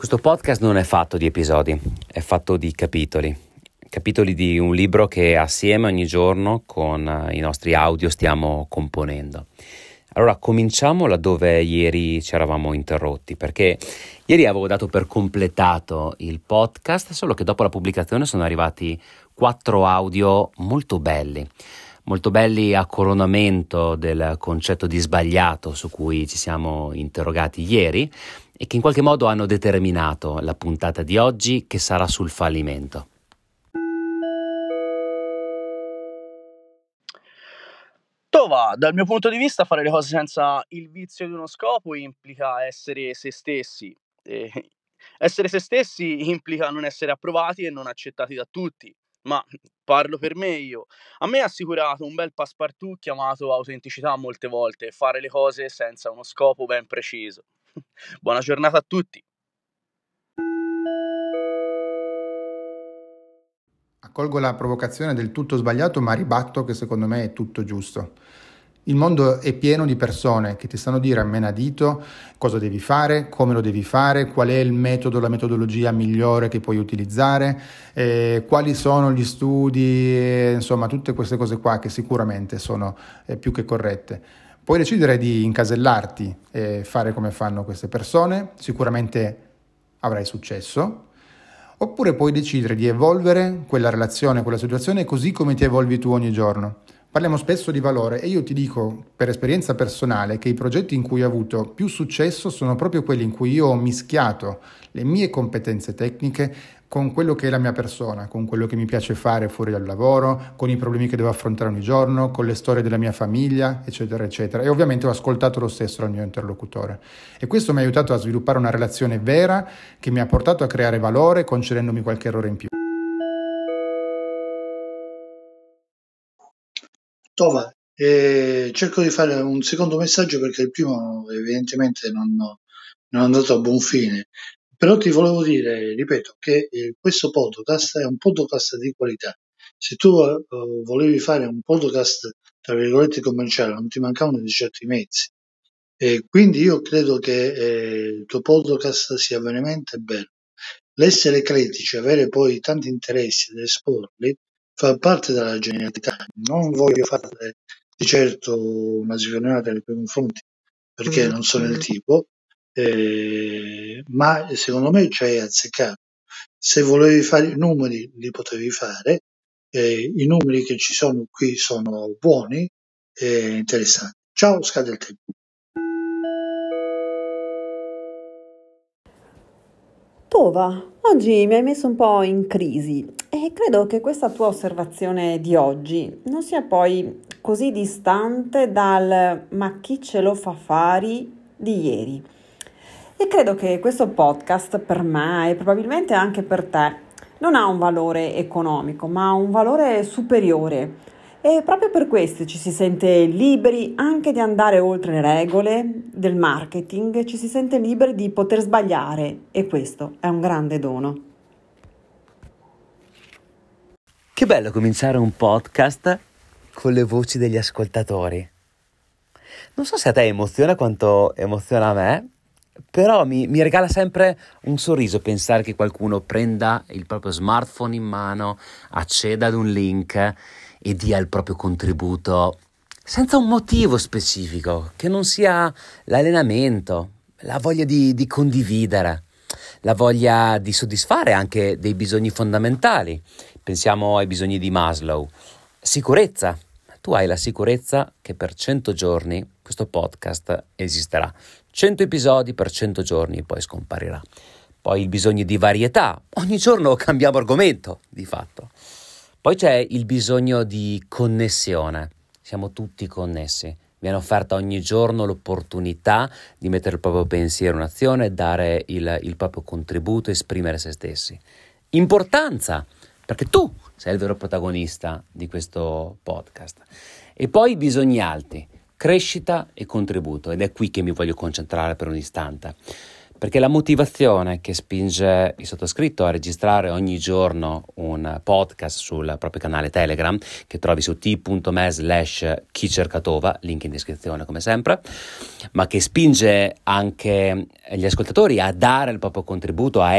Questo podcast non è fatto di episodi, è fatto di capitoli di un libro che assieme ogni giorno con i nostri audio stiamo componendo. Allora cominciamo laddove ieri ci eravamo interrotti, perché ieri avevo dato per completato il podcast, solo che dopo la pubblicazione sono arrivati 4 audio molto belli a coronamento del concetto di sbagliato su cui ci siamo interrogati ieri e che in qualche modo hanno determinato la puntata di oggi, che sarà sul fallimento. Tova, dal mio punto di vista fare le cose senza il vizio di uno scopo implica essere se stessi. E essere se stessi implica non essere approvati e non accettati da tutti. Ma parlo per me io. A me ha assicurato un bel passepartout chiamato autenticità molte volte, fare le cose senza uno scopo ben preciso. Buona giornata a tutti. Accolgo la provocazione del tutto sbagliato, ma ribatto che secondo me è tutto giusto. Il mondo è pieno di persone che ti sanno dire a menadito cosa devi fare, come lo devi fare, qual è il metodo, la metodologia migliore che puoi utilizzare, quali sono gli studi, insomma tutte queste cose qua che sicuramente sono più che corrette. Puoi decidere di incasellarti e fare come fanno queste persone, sicuramente avrai successo. Oppure puoi decidere di evolvere quella relazione, quella situazione così come ti evolvi tu ogni giorno. Parliamo spesso di valore e io ti dico per esperienza personale che i progetti in cui ho avuto più successo sono proprio quelli in cui io ho mischiato le mie competenze tecniche con quello che è la mia persona, con quello che mi piace fare fuori dal lavoro, con i problemi che devo affrontare ogni giorno, con le storie della mia famiglia, eccetera, eccetera. E ovviamente ho ascoltato lo stesso dal mio interlocutore. E questo mi ha aiutato a sviluppare una relazione vera che mi ha portato a creare valore concedendomi qualche errore in più. Tova, cerco di fare un secondo messaggio perché il primo evidentemente non è andato a buon fine. Però ti volevo dire, ripeto, che questo podcast è un podcast di qualità. Se tu volevi fare un podcast, tra virgolette, commerciale, non ti mancavano di certi mezzi. Quindi io credo che il tuo podcast sia veramente bello. L'essere critici, avere poi tanti interessi ed esporli, fa parte della genialità. Non voglio fare di certo una svionata nei tuoi confronti, perché non sono il tipo, ma secondo me ci hai azzeccato. Se volevi fare i numeri li potevi fare, i numeri che ci sono qui sono buoni e interessanti. Ciao, scade il tempo. Tova, oggi mi hai messo un po' in crisi e credo che questa tua osservazione di oggi non sia poi così distante dal "ma chi ce lo fa fare" di ieri. E credo che questo podcast per me e probabilmente anche per te non ha un valore economico, ma un valore superiore. E proprio per questo ci si sente liberi anche di andare oltre le regole del marketing, ci si sente liberi di poter sbagliare e questo è un grande dono. Che bello cominciare un podcast con le voci degli ascoltatori. Non so se a te emoziona quanto emoziona a me, però mi regala sempre un sorriso pensare che qualcuno prenda il proprio smartphone in mano, acceda ad un link e dia il proprio contributo senza un motivo specifico, che non sia l'allenamento, la voglia di condividere, la voglia di soddisfare anche dei bisogni fondamentali. Pensiamo ai bisogni di Maslow. Sicurezza. Tu hai la sicurezza che per 100 giorni questo podcast esisterà. 100 episodi per 100 giorni, poi scomparirà. Poi il bisogno di varietà. Ogni giorno cambiamo argomento, di fatto. Poi c'è il bisogno di connessione. Siamo tutti connessi. Viene offerta ogni giorno l'opportunità di mettere il proprio pensiero in azione, dare il proprio contributo, esprimere se stessi. Importanza, perché tu sei il vero protagonista di questo podcast. E poi bisogni alti, crescita e contributo. Ed è qui che mi voglio concentrare per un istante. Perché la motivazione che spinge il sottoscritto a registrare ogni giorno un podcast sul proprio canale Telegram, che trovi su t.me/chicercatova, link in descrizione come sempre, ma che spinge anche gli ascoltatori a dare il proprio contributo a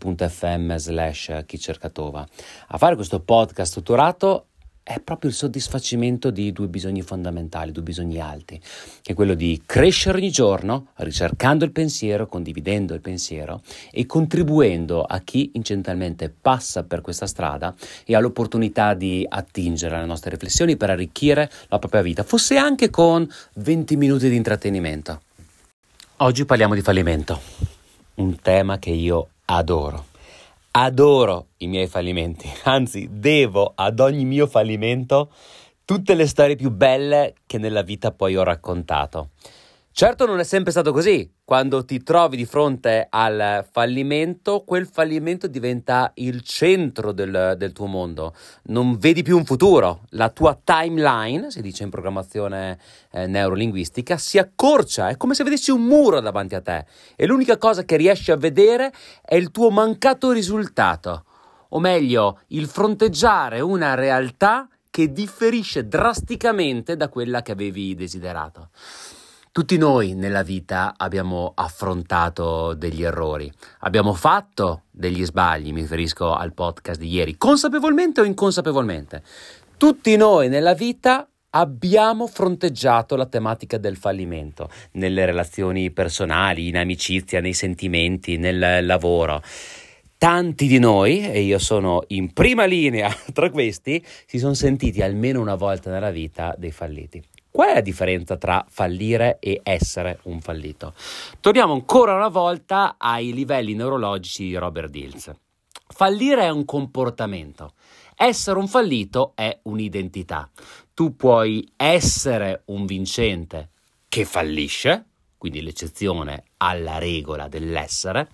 anchor.fm/chicercatova, a fare questo podcast strutturato, è proprio il soddisfacimento di due bisogni fondamentali, due bisogni alti, che è quello di crescere ogni giorno, ricercando il pensiero, condividendo il pensiero e contribuendo a chi incidentalmente passa per questa strada e ha l'opportunità di attingere alle nostre riflessioni per arricchire la propria vita, fosse anche con 20 minuti di intrattenimento. Oggi parliamo di fallimento, un tema che io adoro. Adoro i miei fallimenti, anzi devo ad ogni mio fallimento tutte le storie più belle che nella vita poi ho raccontato. Certo non è sempre stato così, quando ti trovi di fronte al fallimento, quel fallimento diventa il centro del tuo mondo, non vedi più un futuro, la tua timeline, si dice in programmazione neurolinguistica, si accorcia, è come se vedessi un muro davanti a te e l'unica cosa che riesci a vedere è il tuo mancato risultato, o meglio, il fronteggiare una realtà che differisce drasticamente da quella che avevi desiderato. Tutti noi nella vita abbiamo affrontato degli errori, abbiamo fatto degli sbagli, mi riferisco al podcast di ieri, consapevolmente o inconsapevolmente. Tutti noi nella vita abbiamo fronteggiato la tematica del fallimento, nelle relazioni personali, in amicizia, nei sentimenti, nel lavoro. Tanti di noi, e io sono in prima linea tra questi, si sono sentiti almeno una volta nella vita dei falliti. Qual è la differenza tra fallire e essere un fallito? Torniamo ancora una volta ai livelli neurologici di Robert Dills. Fallire è un comportamento, essere un fallito è un'identità. Tu puoi essere un vincente che fallisce, quindi l'eccezione alla regola dell'essere,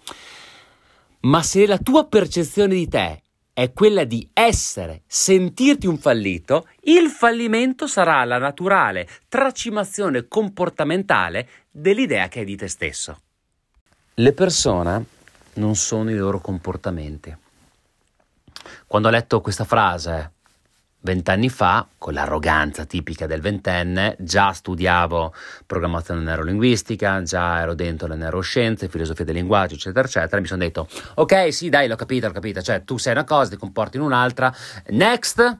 ma se la tua percezione di te è quella di sentirti un fallito, il fallimento sarà la naturale tracimazione comportamentale dell'idea che hai di te stesso. Le persone non sono i loro comportamenti. Quando ho letto questa frase 20 anni fa, con l'arroganza tipica del ventenne, già studiavo programmazione neurolinguistica, già ero dentro le neuroscienze, filosofia del linguaggio, eccetera, eccetera, e mi sono detto, ok, sì, dai, l'ho capita, cioè tu sei una cosa, ti comporti in un'altra, next!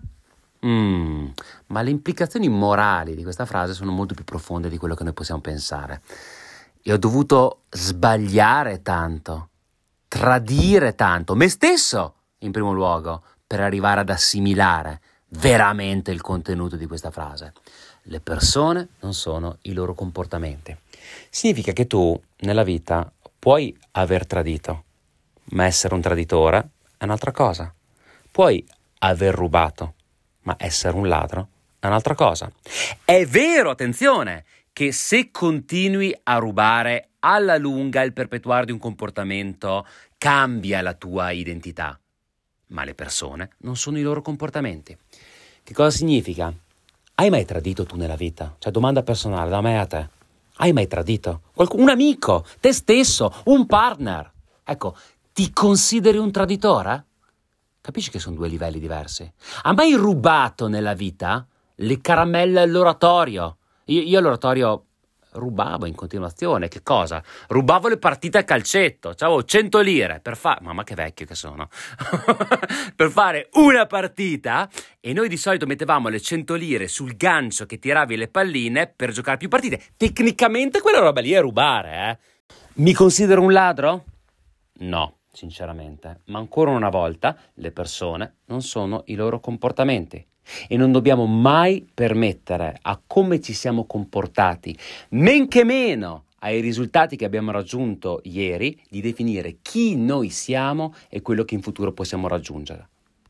Ma le implicazioni morali di questa frase sono molto più profonde di quello che noi possiamo pensare. E ho dovuto sbagliare tanto, tradire tanto, me stesso in primo luogo, per arrivare ad assimilare veramente il contenuto di questa frase. Le persone non sono i loro comportamenti. Significa che tu nella vita puoi aver tradito, ma essere un traditore è un'altra cosa. Puoi aver rubato, ma essere un ladro è un'altra cosa. È vero, attenzione, che se continui a rubare alla lunga il perpetuare di un comportamento cambia la tua identità. Ma le persone non sono i loro comportamenti. Che cosa significa? Hai mai tradito tu nella vita? Cioè, domanda personale da me a te. Hai mai tradito? Un amico, te stesso, un partner? Ecco, ti consideri un traditore? Capisci che sono due livelli diversi? Hai mai rubato nella vita le caramelle all'oratorio? Io all'oratorio rubavo in continuazione. Che cosa? Rubavo le partite a calcetto. C'avevo 100 lire per fare... Mamma che vecchio che sono! Per fare una partita, e noi di solito mettevamo le 100 lire sul gancio che tiravi le palline per giocare più partite. Tecnicamente quella roba lì è rubare, Mi considero un ladro? No, sinceramente. Ma ancora una volta, le persone non sono i loro comportamenti. E non dobbiamo mai permettere a come ci siamo comportati, men che meno ai risultati che abbiamo raggiunto ieri, di definire chi noi siamo e quello che in futuro possiamo raggiungere.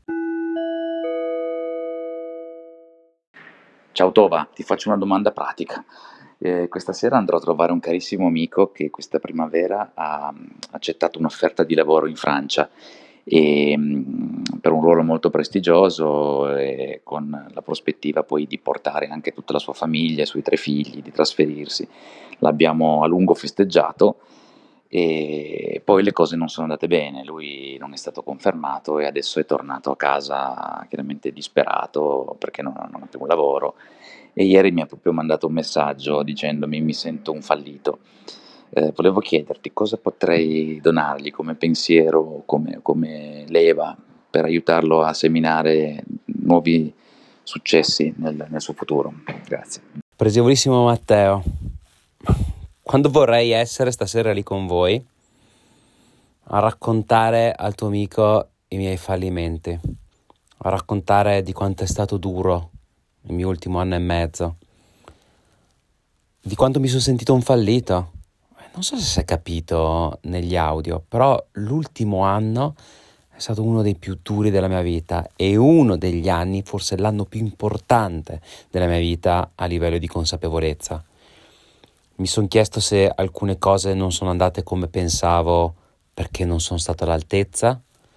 Ciao Tova, ti faccio una domanda pratica. Questa sera andrò a trovare un carissimo amico che questa primavera ha accettato un'offerta di lavoro in Francia e, per un ruolo molto prestigioso e con la prospettiva poi di portare anche tutta la sua famiglia, i suoi 3 figli, di trasferirsi. L'abbiamo a lungo festeggiato e poi le cose non sono andate bene, lui non è stato confermato e adesso è tornato a casa chiaramente disperato perché non ha più lavoro, e ieri mi ha proprio mandato un messaggio dicendomi: mi sento un fallito. Volevo chiederti cosa potrei donargli come pensiero, come leva per aiutarlo a seminare nuovi successi nel suo futuro. Grazie. Pregevolissimo Matteo, quando vorrei essere stasera lì con voi a raccontare al tuo amico i miei fallimenti, a raccontare di quanto è stato duro il mio ultimo anno e mezzo, di quanto mi sono sentito un fallito. Non so se si è capito negli audio, però l'ultimo anno è stato uno dei più duri della mia vita e uno degli anni, forse l'anno più importante della mia vita a livello di consapevolezza. Mi sono chiesto se alcune cose non sono andate come pensavo perché non sono stato all'altezza,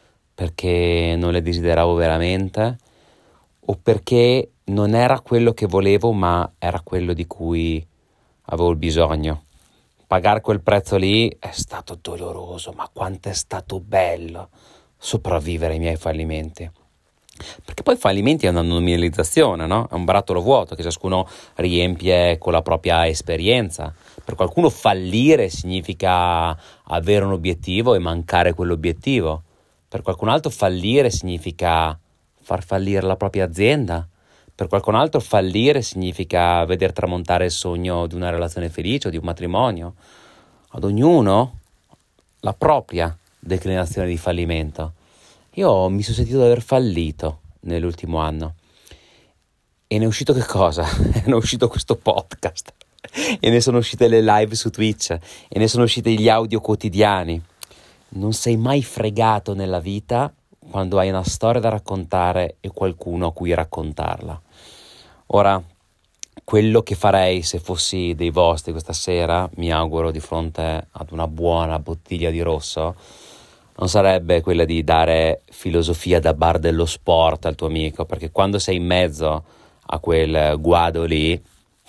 perché non le desideravo veramente o perché non era quello che volevo ma era quello di cui avevo il bisogno. Pagare quel prezzo lì è stato doloroso, ma quanto è stato bello sopravvivere ai miei fallimenti. Perché poi i fallimenti è una nominalizzazione, no? È un barattolo vuoto che ciascuno riempie con la propria esperienza. Per qualcuno fallire significa avere un obiettivo e mancare quell'obiettivo. Per qualcun altro fallire significa far fallire la propria azienda. Per qualcun altro fallire significa veder tramontare il sogno di una relazione felice o di un matrimonio. Ad ognuno la propria declinazione di fallimento. Io mi sono sentito di aver fallito nell'ultimo anno. E ne è uscito che cosa? Ne è uscito questo podcast. E ne sono uscite le live su Twitch. E ne sono usciti gli audio quotidiani. Non sei mai fregato nella vita quando hai una storia da raccontare e qualcuno a cui raccontarla. Ora, quello che farei se fossi dei vostri questa sera, mi auguro di fronte ad una buona bottiglia di rosso, non sarebbe quella di dare filosofia da bar dello sport al tuo amico, perché quando sei in mezzo a quel guado lì,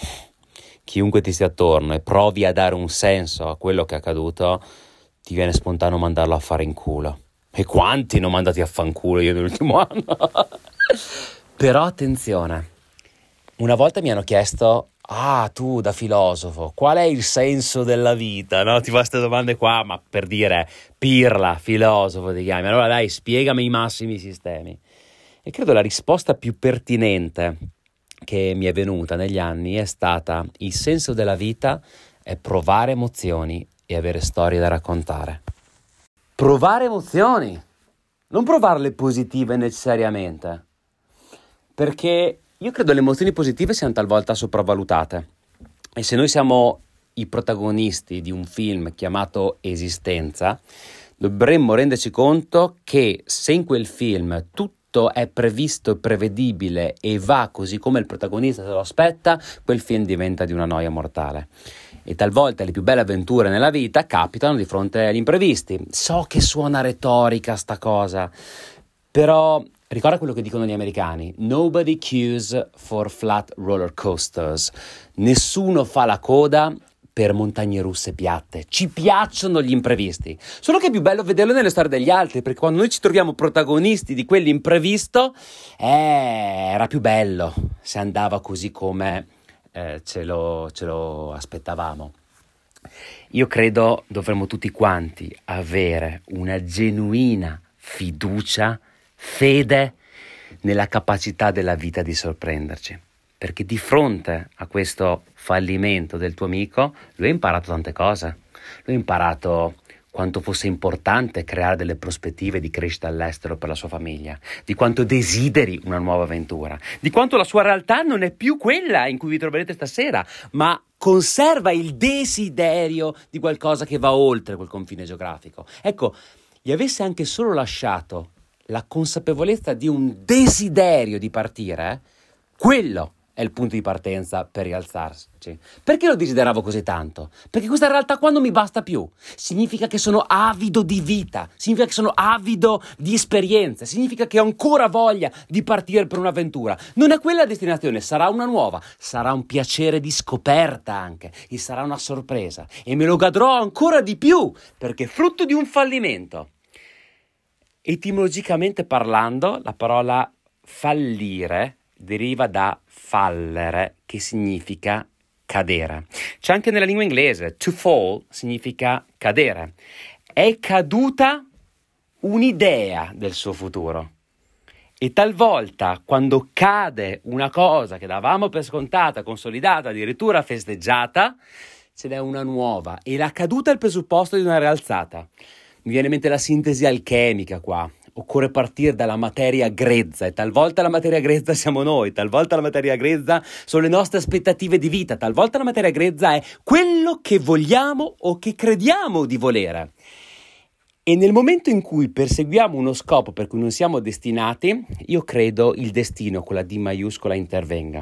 chiunque ti stia attorno e provi a dare un senso a quello che è accaduto, ti viene spontaneo mandarlo a fare in culo. E quanti non mandati a fanculo io nell'ultimo anno? Però attenzione, una volta mi hanno chiesto: tu da filosofo, qual è il senso della vita? No? Ti fa queste domande qua, ma per dire, pirla, filosofo ti chiami. Allora dai, spiegami i massimi sistemi. E credo la risposta più pertinente che mi è venuta negli anni è stata: il senso della vita è provare emozioni e avere storie da raccontare. Provare emozioni, non provarle positive necessariamente, perché io credo le emozioni positive siano talvolta sopravvalutate, e se noi siamo i protagonisti di un film chiamato Esistenza, dovremmo renderci conto che se in quel film tutto è previsto e prevedibile e va così come il protagonista se lo aspetta, quel film diventa di una noia mortale. E talvolta le più belle avventure nella vita capitano di fronte agli imprevisti. So che suona retorica sta cosa, però ricorda quello che dicono gli americani: nobody queues for flat roller coasters. Nessuno fa la coda per montagne russe piatte. Ci piacciono gli imprevisti, solo che è più bello vederlo nelle storie degli altri, perché quando noi ci troviamo protagonisti di quell'imprevisto era più bello se andava così come ce lo aspettavamo. Io credo dovremmo tutti quanti avere una genuina fiducia, fede nella capacità della vita di sorprenderci, perché di fronte a questo fallimento del tuo amico lui ha imparato tante cose. Lui ha imparato quanto fosse importante creare delle prospettive di crescita all'estero per la sua famiglia, di quanto desideri una nuova avventura, di quanto la sua realtà non è più quella in cui vi troverete stasera, ma conserva il desiderio di qualcosa che va oltre quel confine geografico. Ecco, gli avesse anche solo lasciato la consapevolezza di un desiderio di partire, quello è il punto di partenza per rialzarsi. Perché lo desideravo così tanto? Perché questa realtà qua non mi basta più. Significa che sono avido di vita, significa che sono avido di esperienze, significa che ho ancora voglia di partire per un'avventura. Non è quella la destinazione, sarà una nuova, sarà un piacere di scoperta anche, e sarà una sorpresa. E me lo godrò ancora di più, perché è frutto di un fallimento. Etimologicamente parlando, la parola fallire deriva da fallere, che significa cadere. C'è anche nella lingua inglese, to fall significa cadere. È caduta un'idea del suo futuro. E talvolta, quando cade una cosa che davamo per scontata, consolidata, addirittura festeggiata, ce n'è una nuova. E la caduta è il presupposto di una rialzata. Mi viene in mente la sintesi alchemica qua. Occorre partire dalla materia grezza, e talvolta la materia grezza siamo noi, talvolta la materia grezza sono le nostre aspettative di vita, talvolta la materia grezza è quello che vogliamo o che crediamo di volere. E nel momento in cui perseguiamo uno scopo per cui non siamo destinati, io credo il destino con la D maiuscola intervenga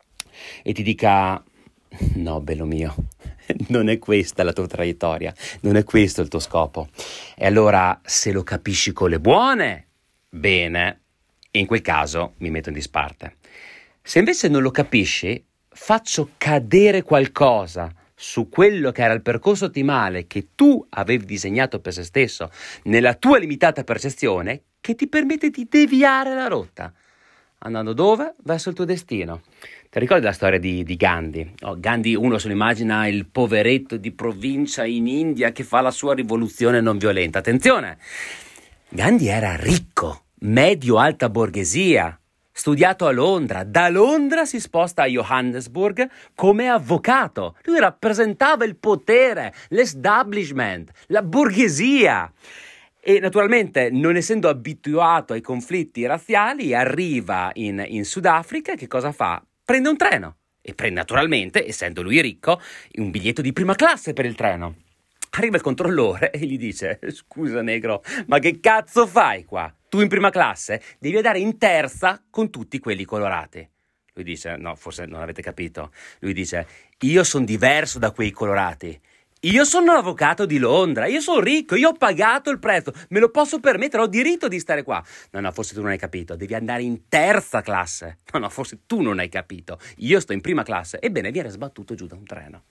e ti dica: no, bello mio, non è questa la tua traiettoria, non è questo il tuo scopo. E allora, se lo capisci con le buone, bene, e in quel caso mi metto in disparte. Se invece non lo capisci, faccio cadere qualcosa su quello che era il percorso ottimale che tu avevi disegnato per se stesso, nella tua limitata percezione, che ti permette di deviare la rotta. Andando dove? Verso il tuo destino. Ti ricordi la storia di Gandhi? Gandhi, uno se lo immagina il poveretto di provincia in India che fa la sua rivoluzione non violenta. Attenzione! Gandhi era ricco, medio-alta borghesia, studiato a Londra. Da Londra si sposta a Johannesburg come avvocato. Lui rappresentava il potere, l'establishment, la borghesia. E naturalmente, non essendo abituato ai conflitti razziali, arriva in Sudafrica e che cosa fa? Prende un treno e prende naturalmente, essendo lui ricco, un biglietto di prima classe per il treno. Arriva il controllore e gli dice: scusa negro, ma che cazzo fai qua? Tu in prima classe devi andare in terza con tutti quelli colorati. Lui dice: no, forse non avete capito. Lui dice: io sono diverso da quei colorati. Io sono l'avvocato di Londra, io sono ricco, io ho pagato il prezzo, me lo posso permettere, ho diritto di stare qua. No, forse tu non hai capito, devi andare in terza classe. No, forse tu non hai capito, io sto in prima classe. Ebbene, viene sbattuto giù da un treno.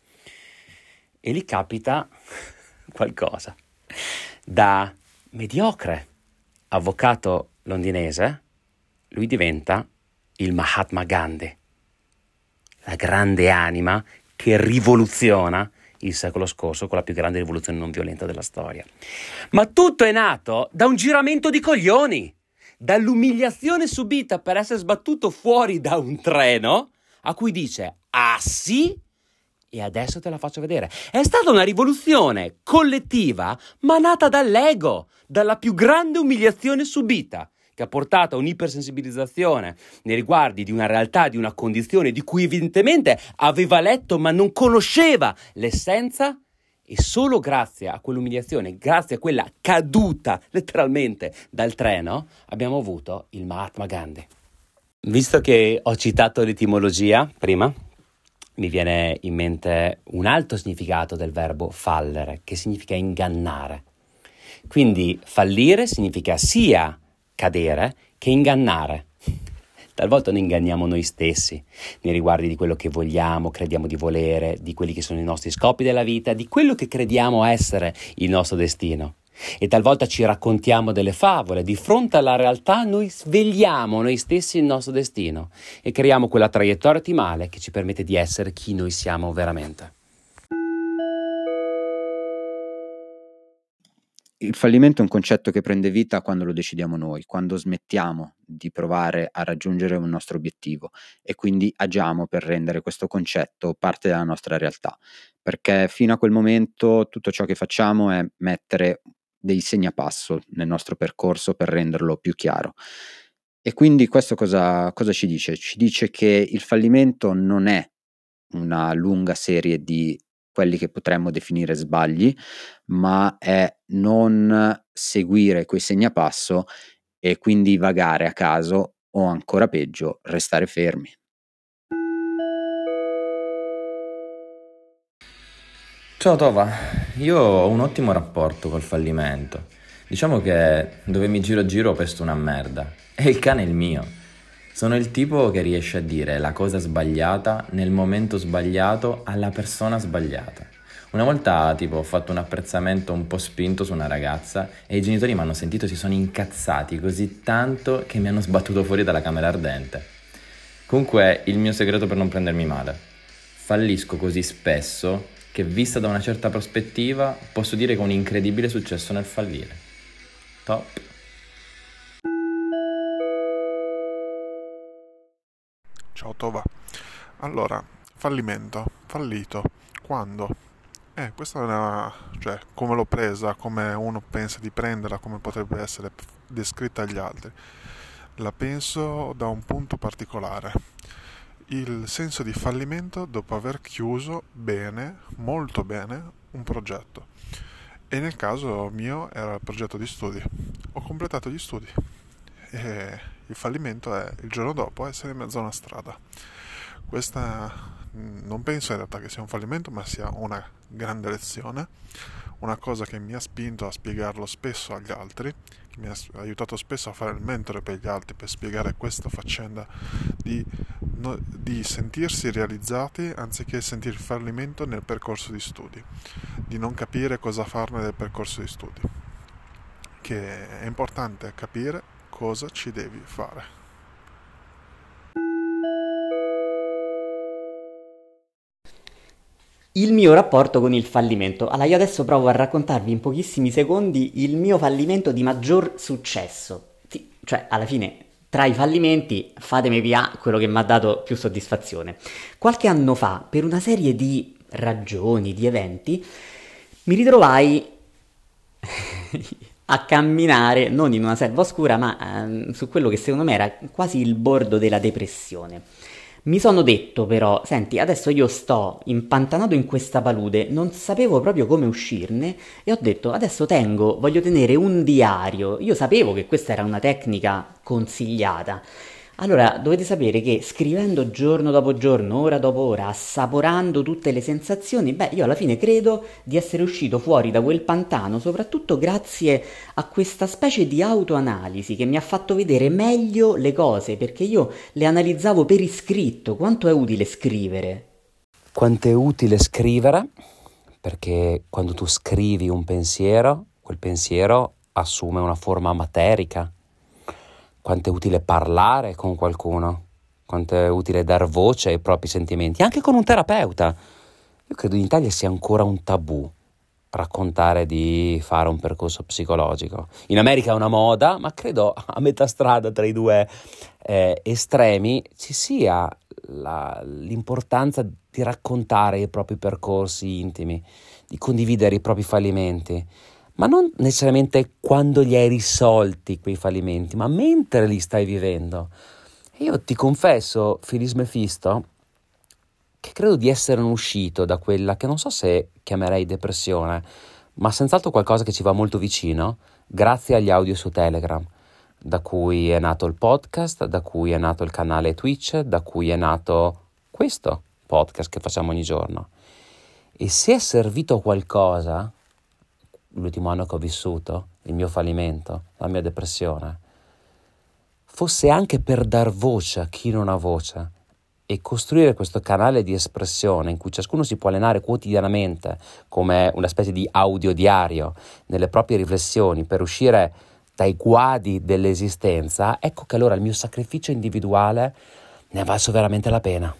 E gli capita qualcosa. Da mediocre avvocato londinese, lui diventa il Mahatma Gandhi, la grande anima che rivoluziona il secolo scorso con la più grande rivoluzione non violenta della storia. Ma tutto è nato da un giramento di coglioni, dall'umiliazione subita per essere sbattuto fuori da un treno, a cui dice: ah sì? E adesso te la faccio vedere. È stata una rivoluzione collettiva, ma nata dall'ego, dalla più grande umiliazione subita, che ha portato a un'ipersensibilizzazione nei riguardi di una realtà, di una condizione di cui evidentemente aveva letto ma non conosceva l'essenza, e solo grazie a quell'umiliazione, grazie a quella caduta letteralmente dal treno, abbiamo avuto il Mahatma Gandhi. Visto che ho citato l'etimologia prima, mi viene in mente un altro significato del verbo fallere, che significa ingannare. Quindi fallire significa sia cadere che ingannare. Talvolta noi inganniamo noi stessi nei riguardi di quello che vogliamo, crediamo di volere, di quelli che sono i nostri scopi della vita, di quello che crediamo essere il nostro destino. E talvolta ci raccontiamo delle favole, di fronte alla realtà noi svegliamo noi stessi il nostro destino e creiamo quella traiettoria ottimale che ci permette di essere chi noi siamo veramente. Il fallimento è un concetto che prende vita quando lo decidiamo noi, quando smettiamo di provare a raggiungere un nostro obiettivo e quindi agiamo per rendere questo concetto parte della nostra realtà, perché fino a quel momento tutto ciò che facciamo è mettere dei segnapasso nel nostro percorso per renderlo più chiaro. E quindi questo cosa ci dice? Ci dice che il fallimento non è una lunga serie di quelli che potremmo definire sbagli, ma è non seguire quei segnapasso e quindi vagare a caso o ancora peggio restare fermi. Ciao Tova, io ho un ottimo rapporto col fallimento. Diciamo che dove mi giro pesto una merda. E il cane è il mio. Sono il tipo che riesce a dire la cosa sbagliata nel momento sbagliato alla persona sbagliata. Una volta tipo ho fatto un apprezzamento un po' spinto su una ragazza e i genitori mi hanno sentito e si sono incazzati così tanto che mi hanno sbattuto fuori dalla camera ardente. Comunque il mio segreto per non prendermi male. Fallisco così spesso che vista da una certa prospettiva posso dire che ho un incredibile successo nel fallire. Top. Ciao Tova. Allora, fallimento, fallito, quando? Questa è cioè, come l'ho presa, come uno pensa di prenderla, come potrebbe essere descritta agli altri. La penso da un punto particolare. Il senso di fallimento dopo aver chiuso bene, molto bene, un progetto. E nel caso mio era il progetto di studi. Ho completato gli studi e il fallimento è il giorno dopo essere in mezzo a una strada. Questa non penso in realtà che sia un fallimento, ma sia una grande lezione, una cosa che mi ha spinto a spiegarlo spesso agli altri, che mi ha aiutato spesso a fare il mentore per gli altri, per spiegare questa faccenda di sentirsi realizzati anziché sentire il fallimento nel percorso di studi, di non capire cosa farne del percorso di studi, che è importante capire cosa ci devi fare. Il mio rapporto con il fallimento. Allora, io adesso provo a raccontarvi in pochissimi secondi il mio fallimento di maggior successo. Sì, cioè, alla fine, tra i fallimenti, fatemi via quello che mi ha dato più soddisfazione. Qualche anno fa, per una serie di ragioni, di eventi, mi ritrovai a camminare, non in una selva oscura, ma su quello che secondo me era quasi il bordo della depressione. Mi sono detto però, senti, adesso io sto impantanato in questa palude, non sapevo proprio come uscirne e ho detto, adesso voglio tenere un diario. Io sapevo che questa era una tecnica consigliata. Allora, dovete sapere che scrivendo giorno dopo giorno, ora dopo ora, assaporando tutte le sensazioni, io alla fine credo di essere uscito fuori da quel pantano, soprattutto grazie a questa specie di autoanalisi che mi ha fatto vedere meglio le cose, perché io le analizzavo per iscritto. Quanto è utile scrivere? Quanto è utile scrivere? Perché quando tu scrivi un pensiero, quel pensiero assume una forma materica. Quanto è utile parlare con qualcuno, quanto è utile dar voce ai propri sentimenti, anche con un terapeuta. Io credo in Italia sia ancora un tabù raccontare di fare un percorso psicologico. In America è una moda, ma credo a metà strada tra i due estremi ci sia l'importanza di raccontare i propri percorsi intimi, di condividere i propri fallimenti. Ma non necessariamente quando li hai risolti quei fallimenti, ma mentre li stai vivendo. E io ti confesso, Filis Mefisto, che credo di essere uscito da quella che non so se chiamerei depressione, ma senz'altro qualcosa che ci va molto vicino, grazie agli audio su Telegram, da cui è nato il podcast, da cui è nato il canale Twitch, da cui è nato questo podcast che facciamo ogni giorno. E se è servito a qualcosa l'ultimo anno che ho vissuto, il mio fallimento, la mia depressione, fosse anche per dar voce a chi non ha voce e costruire questo canale di espressione in cui ciascuno si può allenare quotidianamente come una specie di audio diario nelle proprie riflessioni per uscire dai guadi dell'esistenza, ecco che allora il mio sacrificio individuale ne è valso veramente la pena.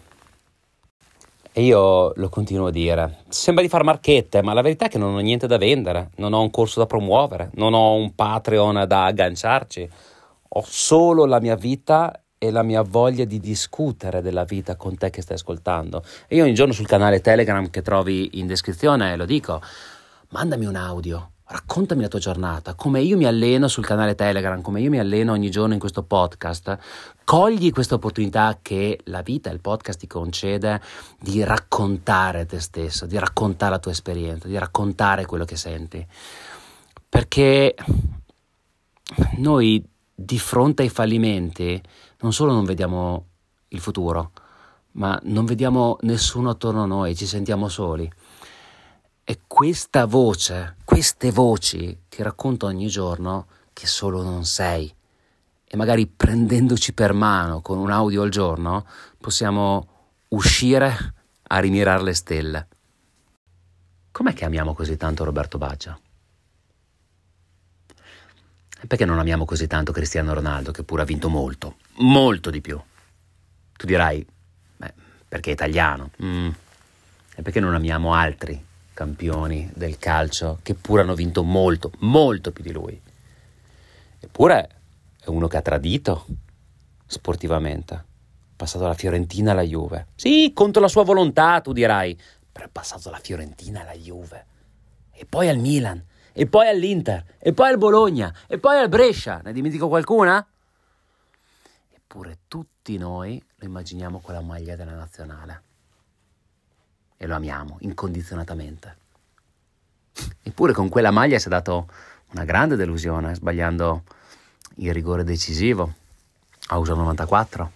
E io lo continuo a dire, sembra di far marchette, ma la verità è che non ho niente da vendere, non ho un corso da promuovere, non ho un Patreon da agganciarci, ho solo la mia vita e la mia voglia di discutere della vita con te che stai ascoltando. E io ogni giorno sul canale Telegram che trovi in descrizione lo dico, mandami un audio, raccontami la tua giornata, come io mi alleno sul canale Telegram, come io mi alleno ogni giorno in questo podcast. Cogli questa opportunità che la vita e il podcast ti concede di raccontare te stesso, di raccontare la tua esperienza, di raccontare quello che senti. Perché noi di fronte ai fallimenti non solo non vediamo il futuro, ma non vediamo nessuno attorno a noi, ci sentiamo soli. E queste voci ti raccontano ogni giorno che solo non sei. E magari prendendoci per mano con un audio al giorno possiamo uscire a rimirare le stelle. Com'è che amiamo così tanto Roberto Baggio? E perché non amiamo così tanto Cristiano Ronaldo, che pure ha vinto molto, molto di più? Tu dirai, perché è italiano. E perché non amiamo altri campioni del calcio che pure hanno vinto molto, molto più di lui? Eppure è uno che ha tradito sportivamente. È passato dalla Fiorentina alla Juve. Sì, contro la sua volontà, tu dirai, però è passato dalla Fiorentina alla Juve. E poi al Milan, e poi all'Inter, e poi al Bologna, e poi al Brescia. Ne dimentico qualcuna? Eppure tutti noi lo immaginiamo con la maglia della nazionale. E lo amiamo incondizionatamente. Eppure con quella maglia si è dato una grande delusione, sbagliando il rigore decisivo a USA 94.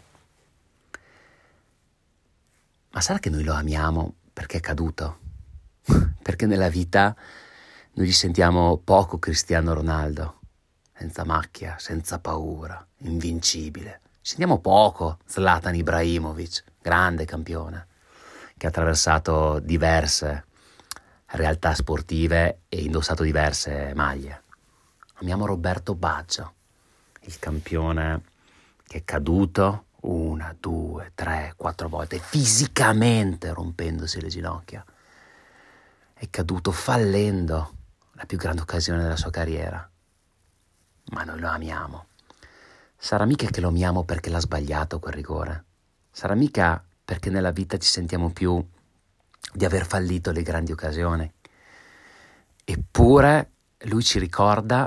Ma sarà che noi lo amiamo perché è caduto? Perché nella vita noi gli sentiamo poco Cristiano Ronaldo, senza macchia, senza paura, invincibile. Sentiamo poco Zlatan Ibrahimovic, grande campione, che ha attraversato diverse realtà sportive e indossato diverse maglie. Amiamo Roberto Baggio, il campione che è caduto 1, 2, 3, 4 volte, fisicamente rompendosi le ginocchia. È caduto fallendo la più grande occasione della sua carriera. Ma noi lo amiamo. Sarà mica che lo amiamo perché l'ha sbagliato quel rigore. Sarà mica perché nella vita ci sentiamo più di aver fallito le grandi occasioni. Eppure lui ci ricorda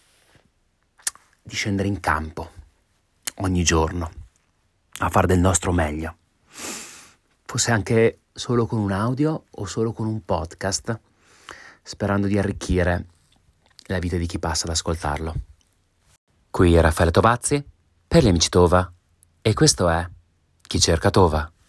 di scendere in campo ogni giorno a fare del nostro meglio. Fosse anche solo con un audio o solo con un podcast, sperando di arricchire la vita di chi passa ad ascoltarlo. Qui è Raffaele Tovazzi per gli amici Tova e questo è Chi cerca Tova.